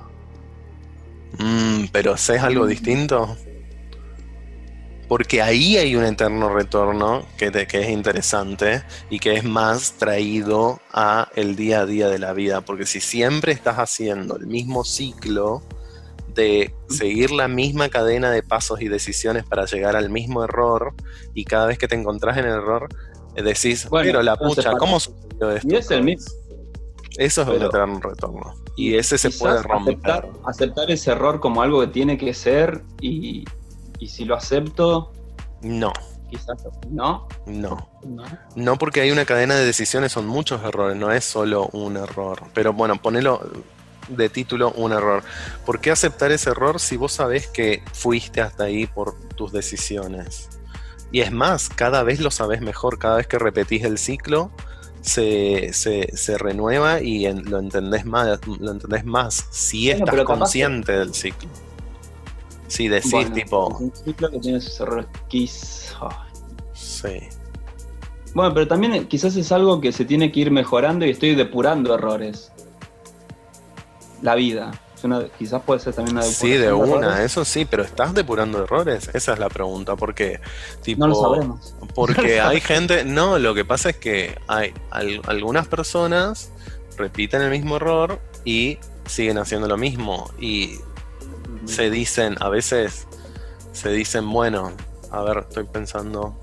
Pero ¿haces algo distinto? Porque ahí hay un eterno retorno que es interesante y que es más traído a el día a día de la vida. Porque si siempre estás haciendo el mismo ciclo de seguir la misma cadena de pasos y decisiones para llegar al mismo error, y cada vez que te encontrás en el error, decís, Bueno, pero la entonces pucha, para, ¿cómo sucedió y esto es otra el mismo, vez? Eso es un pero eterno retorno. Y ese se puede quizás romper. aceptar ese error como algo que tiene que ser y si lo acepto, No, quizás no. no. No. No, porque hay una cadena de decisiones, son muchos errores, no es solo un error. Pero bueno, ponelo de título un error. ¿Por qué aceptar ese error si vos sabés que fuiste hasta ahí por tus decisiones? Y es más, cada vez lo sabés mejor, cada vez que repetís el ciclo, se renueva y lo entendés más si Bueno, estás pero capaz que, consciente del ciclo. Si decís bueno, es tipo, un ciclo que tiene sus errores. sí, Bueno, pero también quizás es algo que se tiene que ir mejorando y estoy depurando errores. La vida. Quizás puede ser también una sí, de depuración de una, errores. eso sí, pero ¿estás depurando errores? Esa es la pregunta, porque No lo tipo, sabremos. No lo porque hay sabremos. gente, no, lo que pasa es que hay algunas personas repiten el mismo error y siguen haciendo lo mismo y se dicen, a veces se dicen, bueno, a ver, estoy pensando,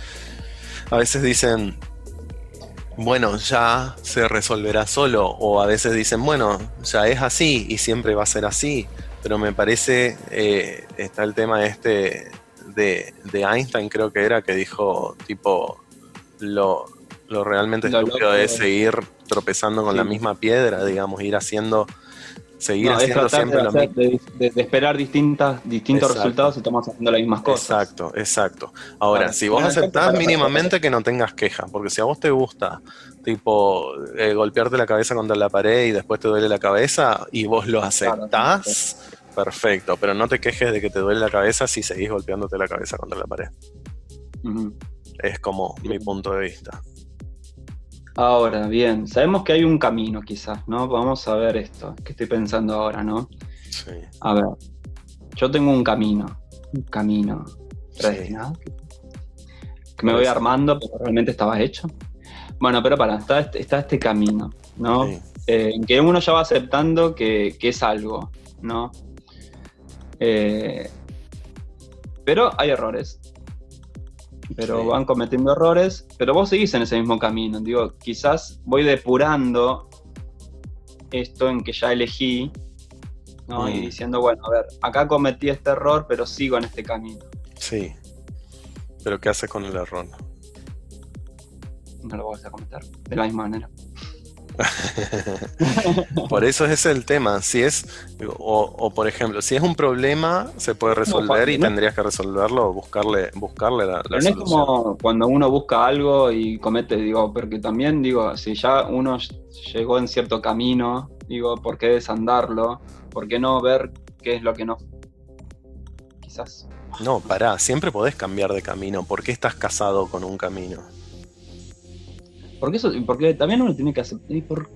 a veces dicen, bueno, ya se resolverá solo, o a veces dicen, bueno, ya es así y siempre va a ser así, pero me parece, está el tema este de Einstein, creo que era, que dijo, tipo, lo, lo realmente Lo estúpido es loco, seguir tropezando con la sí. misma piedra, digamos, seguir No, es haciendo tratar siempre de lo hacer, mismo. de esperar distintos Exacto. resultados y estamos haciendo las mismas cosas. Exacto, exacto. Ahora, Claro. si vos Pero en el caso aceptás para mínimamente que no tengas queja, porque si a vos te gusta, tipo, golpearte la cabeza contra la pared y después te duele la cabeza y vos lo claro, aceptás, perfecto, pero no te quejes de que te duele la cabeza si seguís golpeándote la cabeza contra la pared. ujú. Es como mi Bien. punto de vista. Ahora, bien, sabemos que hay un camino quizás, ¿no? Vamos a ver esto, que estoy pensando ahora, ¿no? Sí, A ver, yo tengo un camino sí, predestinado, que me por voy eso. armando, pero realmente estaba hecho. Bueno, pero está este camino, ¿no? Sí, En que uno ya va aceptando que es algo, ¿no? Eh, pero hay errores, pero sí. van cometiendo errores, pero vos seguís en ese mismo camino. Digo, quizás voy depurando esto en que ya elegí, ¿no? Y Mm, diciendo, bueno, a ver, acá cometí este error, pero sigo en este camino. sí, pero ¿qué haces con el error? No lo voy a cometer de la misma manera. Por eso ese es el tema. Si es, o por ejemplo, si es un problema, se puede resolver y No, tendrías que resolverlo o buscarle la pero no es solución. como cuando uno busca algo y comete, digo, porque también, digo, si ya uno llegó en cierto camino, digo, ¿por qué desandarlo? ¿Por qué no ver qué es lo que no, quizás. No, pará, siempre podés cambiar de camino. ¿Por qué estás casado con un camino? Porque también uno tiene que aceptar,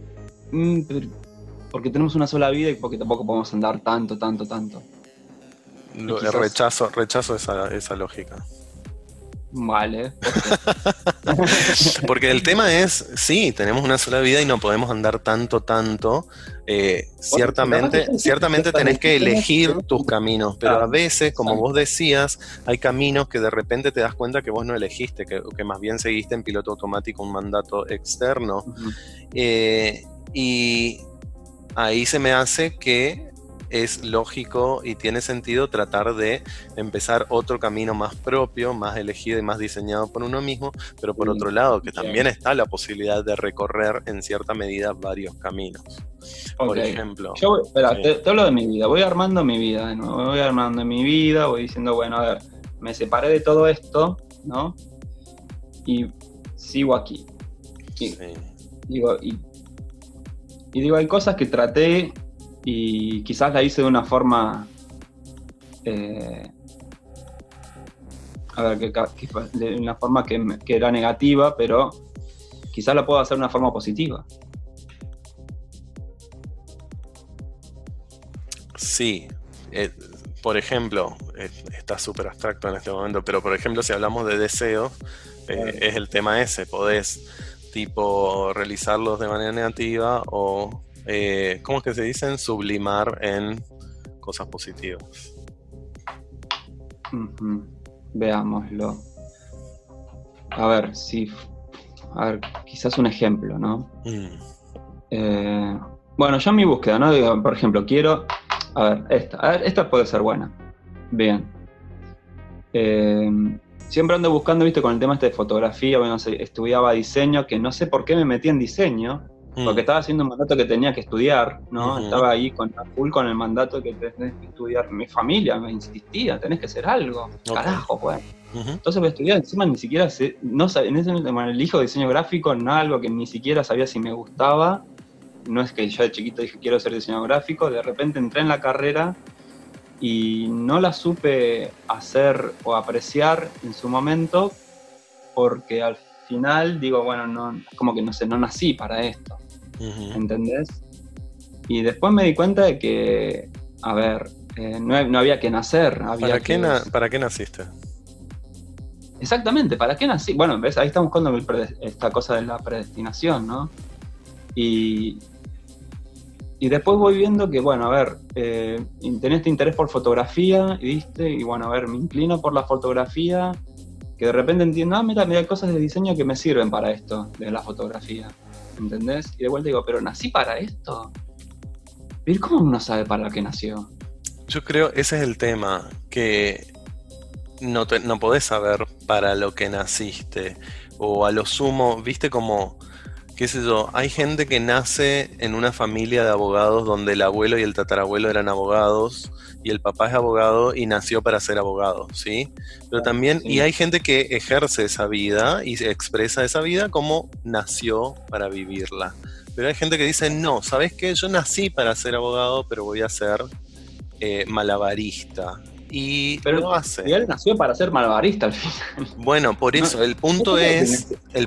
porque tenemos una sola vida y porque tampoco podemos andar tanto. Quizás, Rechazo esa lógica. vale, Porque el tema es, sí, tenemos una sola vida y no podemos andar tanto. Ciertamente tenés que elegir tus caminos, pero a veces, como vos decías, hay caminos que de repente te das cuenta que vos no elegiste, que más bien seguiste en piloto automático un mandato externo. Uh-huh. Y ahí se me hace que es lógico y tiene sentido tratar de empezar otro camino más propio, más elegido y más diseñado por uno mismo, pero por otro lado, que también está la posibilidad de recorrer en cierta medida varios caminos. Por ejemplo... Te hablo de mi vida, voy armando mi vida de nuevo, voy diciendo, bueno, a ver, me separé de todo esto, ¿no? Y sigo aquí. Digo, hay cosas que traté y quizás la hice de una forma de una forma que era negativa, pero quizás la puedo hacer de una forma positiva. Sí, por ejemplo, está súper abstracto en este momento, pero por ejemplo si hablamos de deseos, es el tema ese, podés tipo realizarlos de manera negativa o ¿cómo es que se dicen? Sublimar en cosas positivas. Uh-huh. Veámoslo. A ver, quizás un ejemplo, ¿no? Bueno, yo en mi búsqueda, ¿no? Digo, por ejemplo, quiero... esta puede ser buena. Bien. Siempre ando buscando, viste, con el tema de fotografía, bueno, estudiaba diseño, que no sé por qué me metí en diseño, porque estaba haciendo un mandato que tenía que estudiar, ¿no? Uh-huh. Estaba ahí con el mandato que tenés que estudiar. Mi familia me insistía, tenés que hacer algo. Okay. Carajo, pues. Uh-huh. Entonces voy a estudiar, encima ni siquiera en ese momento elijo diseño gráfico, no algo que ni siquiera sabía si me gustaba. No es que yo de chiquito dije quiero ser diseñador gráfico, de repente entré en la carrera y no la supe hacer o apreciar en su momento, porque al final digo, bueno, no, como que no nací para esto. Uh-huh. ¿Entendés? Y después me di cuenta de que, a ver, no había que nacer. ¿Para qué naciste? Exactamente, ¿para qué nací? Bueno, ves, ahí estamos buscando esta cosa de la predestinación, ¿no? Y después voy viendo que, bueno, a ver, tenés este interés por fotografía, y bueno, a ver, me inclino por la fotografía, que de repente entiendo, mira, hay cosas de diseño que me sirven para esto, de la fotografía, ¿entendés? Y de vuelta digo, ¿pero nací para esto? ¿Pero cómo uno sabe para qué nació? Yo creo, ese es el tema, que no podés saber para lo que naciste, o a lo sumo, viste como... qué sé yo, hay gente que nace en una familia de abogados donde el abuelo y el tatarabuelo eran abogados y el papá es abogado y nació para ser abogado, ¿sí? Pero también, y hay gente que ejerce esa vida y se expresa esa vida como nació para vivirla. Pero hay gente que dice, no, ¿sabes qué? Yo nací para ser abogado, pero voy a ser malabarista. Pero lo hace. Y él nació para ser malabarista al final. Bueno, por eso, el punto es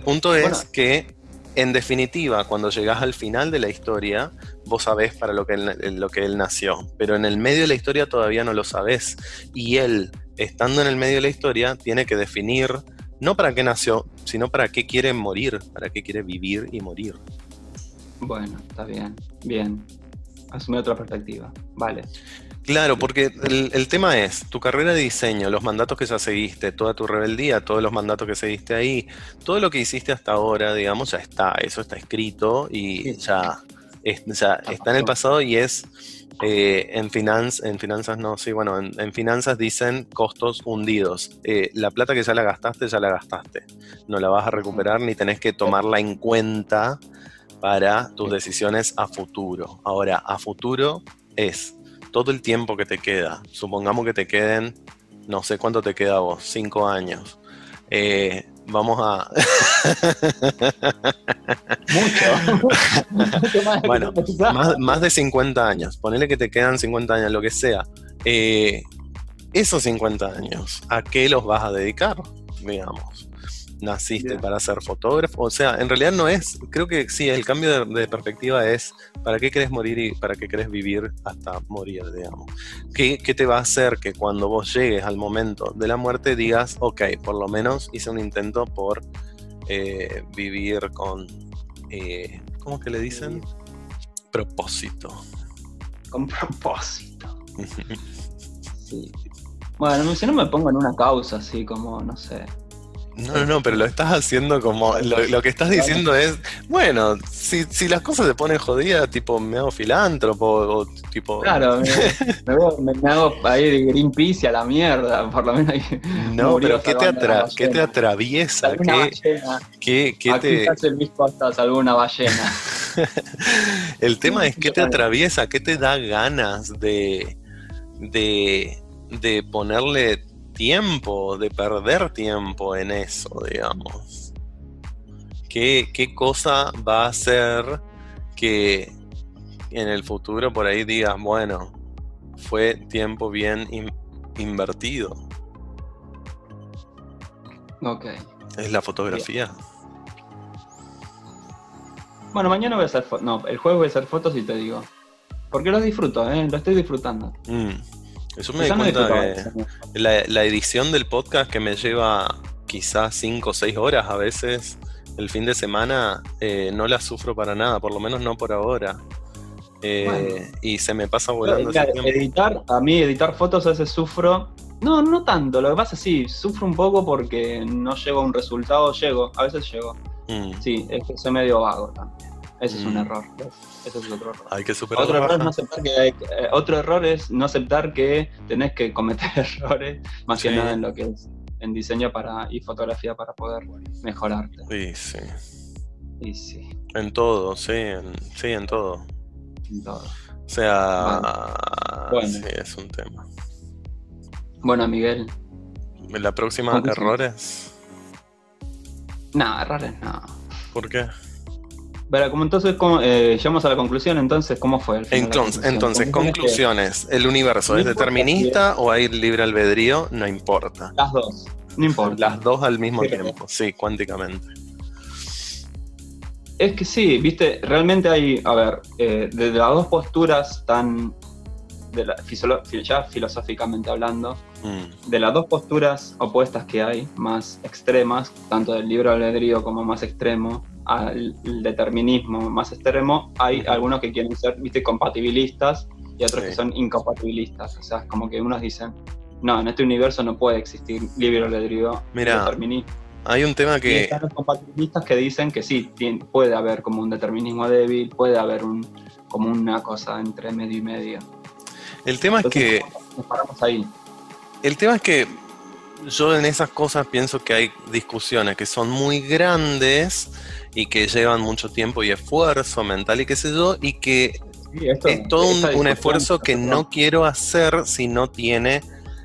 que en definitiva, cuando llegás al final de la historia, vos sabés para lo que él nació, pero en el medio de la historia todavía no lo sabés. Y él, estando en el medio de la historia, tiene que definir, no para qué nació, sino para qué quiere morir, para qué quiere vivir y morir. Bueno, está bien. Asumí otra perspectiva, vale. Claro, porque el tema es, tu carrera de diseño, los mandatos que ya seguiste, toda tu rebeldía, todos los mandatos que seguiste ahí, todo lo que hiciste hasta ahora, digamos, ya está, eso está escrito y ya está en el pasado y es, en finanzas dicen costos hundidos. La plata que ya la gastaste, no la vas a recuperar ni tenés que tomarla en cuenta para tus decisiones a futuro. Ahora, a futuro es... todo el tiempo que te queda, supongamos que te queden, no sé cuánto te queda a vos, 5 años. Vamos a... Mucho más. Bueno, más de 50 años, ponele que te quedan 50 años, lo que sea. esos 50 años, ¿a qué los vas a dedicar? Digamos, ¿naciste Bien. para ser fotógrafo? O sea, en realidad no es, creo que sí, el cambio de perspectiva es ¿para qué querés morir y para qué querés vivir hasta morir, digamos? ¿Qué te va a hacer que cuando vos llegues al momento de la muerte digas, ok, por lo menos hice un intento por vivir con, ¿cómo que le dicen? Propósito. Con propósito. Sí. Bueno, si no me pongo en una causa así como, no sé. No, pero lo estás haciendo como, lo que estás diciendo es, bueno, si las cosas se ponen jodidas, tipo, me hago filántropo, o tipo... Claro, me hago ahí de Greenpeace y a la mierda, por lo menos ahí No, murió pero ¿qué te atraviesa? salvó una ballena. ¿Qué Aquí te...? hace Luis Costa, salvó una ballena. El tema es qué te atraviesa, qué te da ganas de ponerle tiempo, de perder tiempo en eso, digamos. ¿Qué cosa va a hacer que en el futuro por ahí digas, bueno, fue tiempo bien invertido? Ok. Es la fotografía. Bien. Bueno, mañana voy a hacer fotos. No, el jueves voy a hacer fotos y te digo. Porque lo disfruto, lo estoy disfrutando. Eso me di cuenta que la edición del podcast que me lleva quizás 5 o 6 horas a veces el fin de semana, no la sufro para nada, por lo menos no por ahora. Bueno. Y se me pasa volando ese tiempo. A mí editar fotos a veces sufro. No tanto, lo que pasa es sí, sufro un poco porque no llego a un resultado, a veces llego. Sí, es que soy medio vago también. Ese es un error. Ese es otro error. Hay que superarlo. Otro error es no aceptar que tenés que cometer errores, más que nada en lo que es en diseño y fotografía para poder mejorarte. Sí. En todo, sí, en todo. En todo. O sea, bueno. Sí, es un tema. Bueno, Miguel. ¿La próxima, errores? No, errores no. ¿Por qué? Pero como entonces, llegamos a la conclusión, entonces, ¿cómo fue el final? Entonces, conclusiones. ¿El universo es determinista o hay libre albedrío? No importa. Las dos, no importa. Las dos al mismo tiempo, sí, cuánticamente. Es que sí, viste, realmente hay, a ver, de las dos posturas tan, ya filosóficamente hablando, de las dos posturas opuestas que hay, más extremas, tanto del libre albedrío como más extremo, al determinismo más extremo, hay algunos que quieren ser, viste, compatibilistas y otros que son incompatibilistas. O sea, es como que unos dicen, no, en este universo no puede existir libre albedrío y determinismo. Hay un tema que... Y están los compatibilistas que dicen que sí, puede haber como un determinismo débil, puede haber como una cosa entre medio y medio. El tema es que... Nos paramos ahí. El tema es que yo en esas cosas pienso que hay discusiones que son muy grandes y que llevan mucho tiempo y esfuerzo mental y qué sé yo, y que es todo un esfuerzo que no quiero hacer si no tiene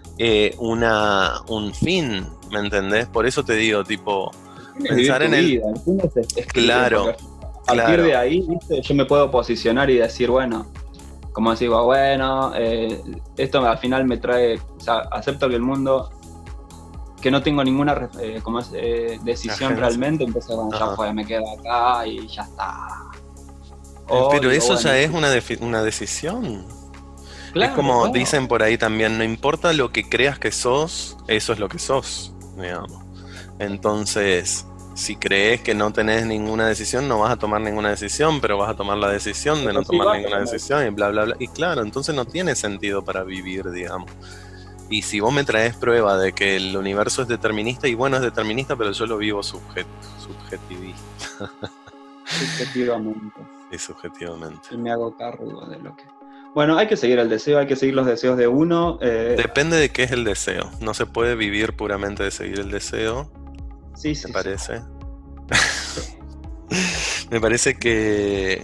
un fin, ¿me entendés? Por eso te digo, tipo, pensar en el... Claro. A partir de ahí, ¿viste? Yo me puedo posicionar y decir, bueno, como digo, bueno, esto al final me trae, o sea, acepto que el mundo, que no tengo ninguna decisión realmente, entonces bueno, ya fue, me quedo acá y ya está. Pero eso bueno, ya es una decisión. Claro, es como dicen por ahí también, no importa lo que creas que sos, eso es lo que sos, digamos. Entonces, si crees que no tenés ninguna decisión, no vas a tomar ninguna decisión, pero vas a tomar la decisión de no tomar ninguna decisión y bla, bla, bla. Y claro, entonces no tiene sentido para vivir, digamos. Y si vos me traes prueba de que el universo es determinista, y bueno, es determinista, pero yo lo vivo subjetivista. Subjetivamente. Sí, subjetivamente. Y me hago cargo de lo que... Bueno, hay que seguir el deseo, hay que seguir los deseos de uno. Depende de qué es el deseo. No se puede vivir puramente de seguir el deseo. Sí, ¿Te parece? Sí. Me parece que...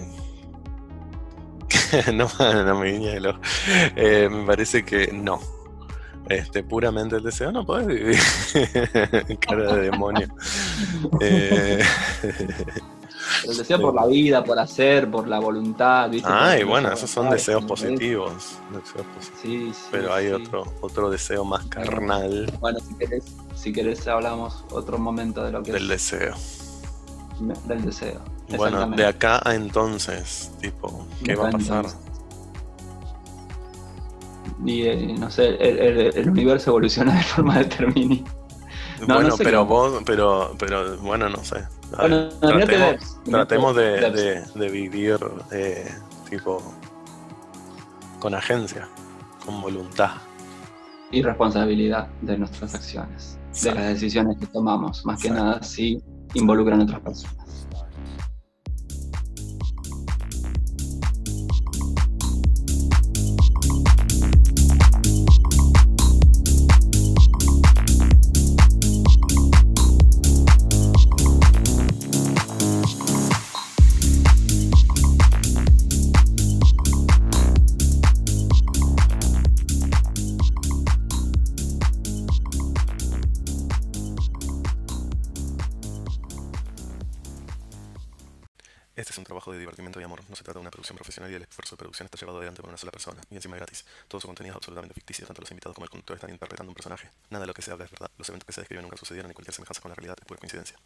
no me guiñe el ojo. Me parece que no. Puramente el deseo no podés vivir. Cara de demonio. Pero el deseo por la vida, por hacer, por la voluntad, ¿viste? Ay, Por bueno, esos son deseos ¿entendés? positivos. Sí, sí, Pero hay sí. otro deseo más carnal Bueno, si querés hablamos otro momento de lo que del es deseo. del deseo. Bueno, de Exactamente. acá a entonces, tipo, ¿qué De va a acá pasar? entonces. Y no sé, el universo evoluciona de forma determinista. No Bueno, sé qué pero va a pasar. pero bueno, no sé. A ver, Bueno, mirate Debs. tratemos Debs. de vivir tipo con agencia, con voluntad. Y responsabilidad de nuestras acciones, de las Exacto, decisiones que tomamos, más que exacto, nada si exacto. involucran a otras personas. Este es un trabajo de divertimento y amor. No se trata de una producción profesional y el esfuerzo de producción está llevado adelante por una sola persona. Y encima es gratis. Todo su contenido es absolutamente ficticio. Tanto los invitados como el conductor están interpretando un personaje. Nada de lo que se habla es verdad. Los eventos que se describen nunca sucedieron y cualquier semejanza con la realidad es pura coincidencia.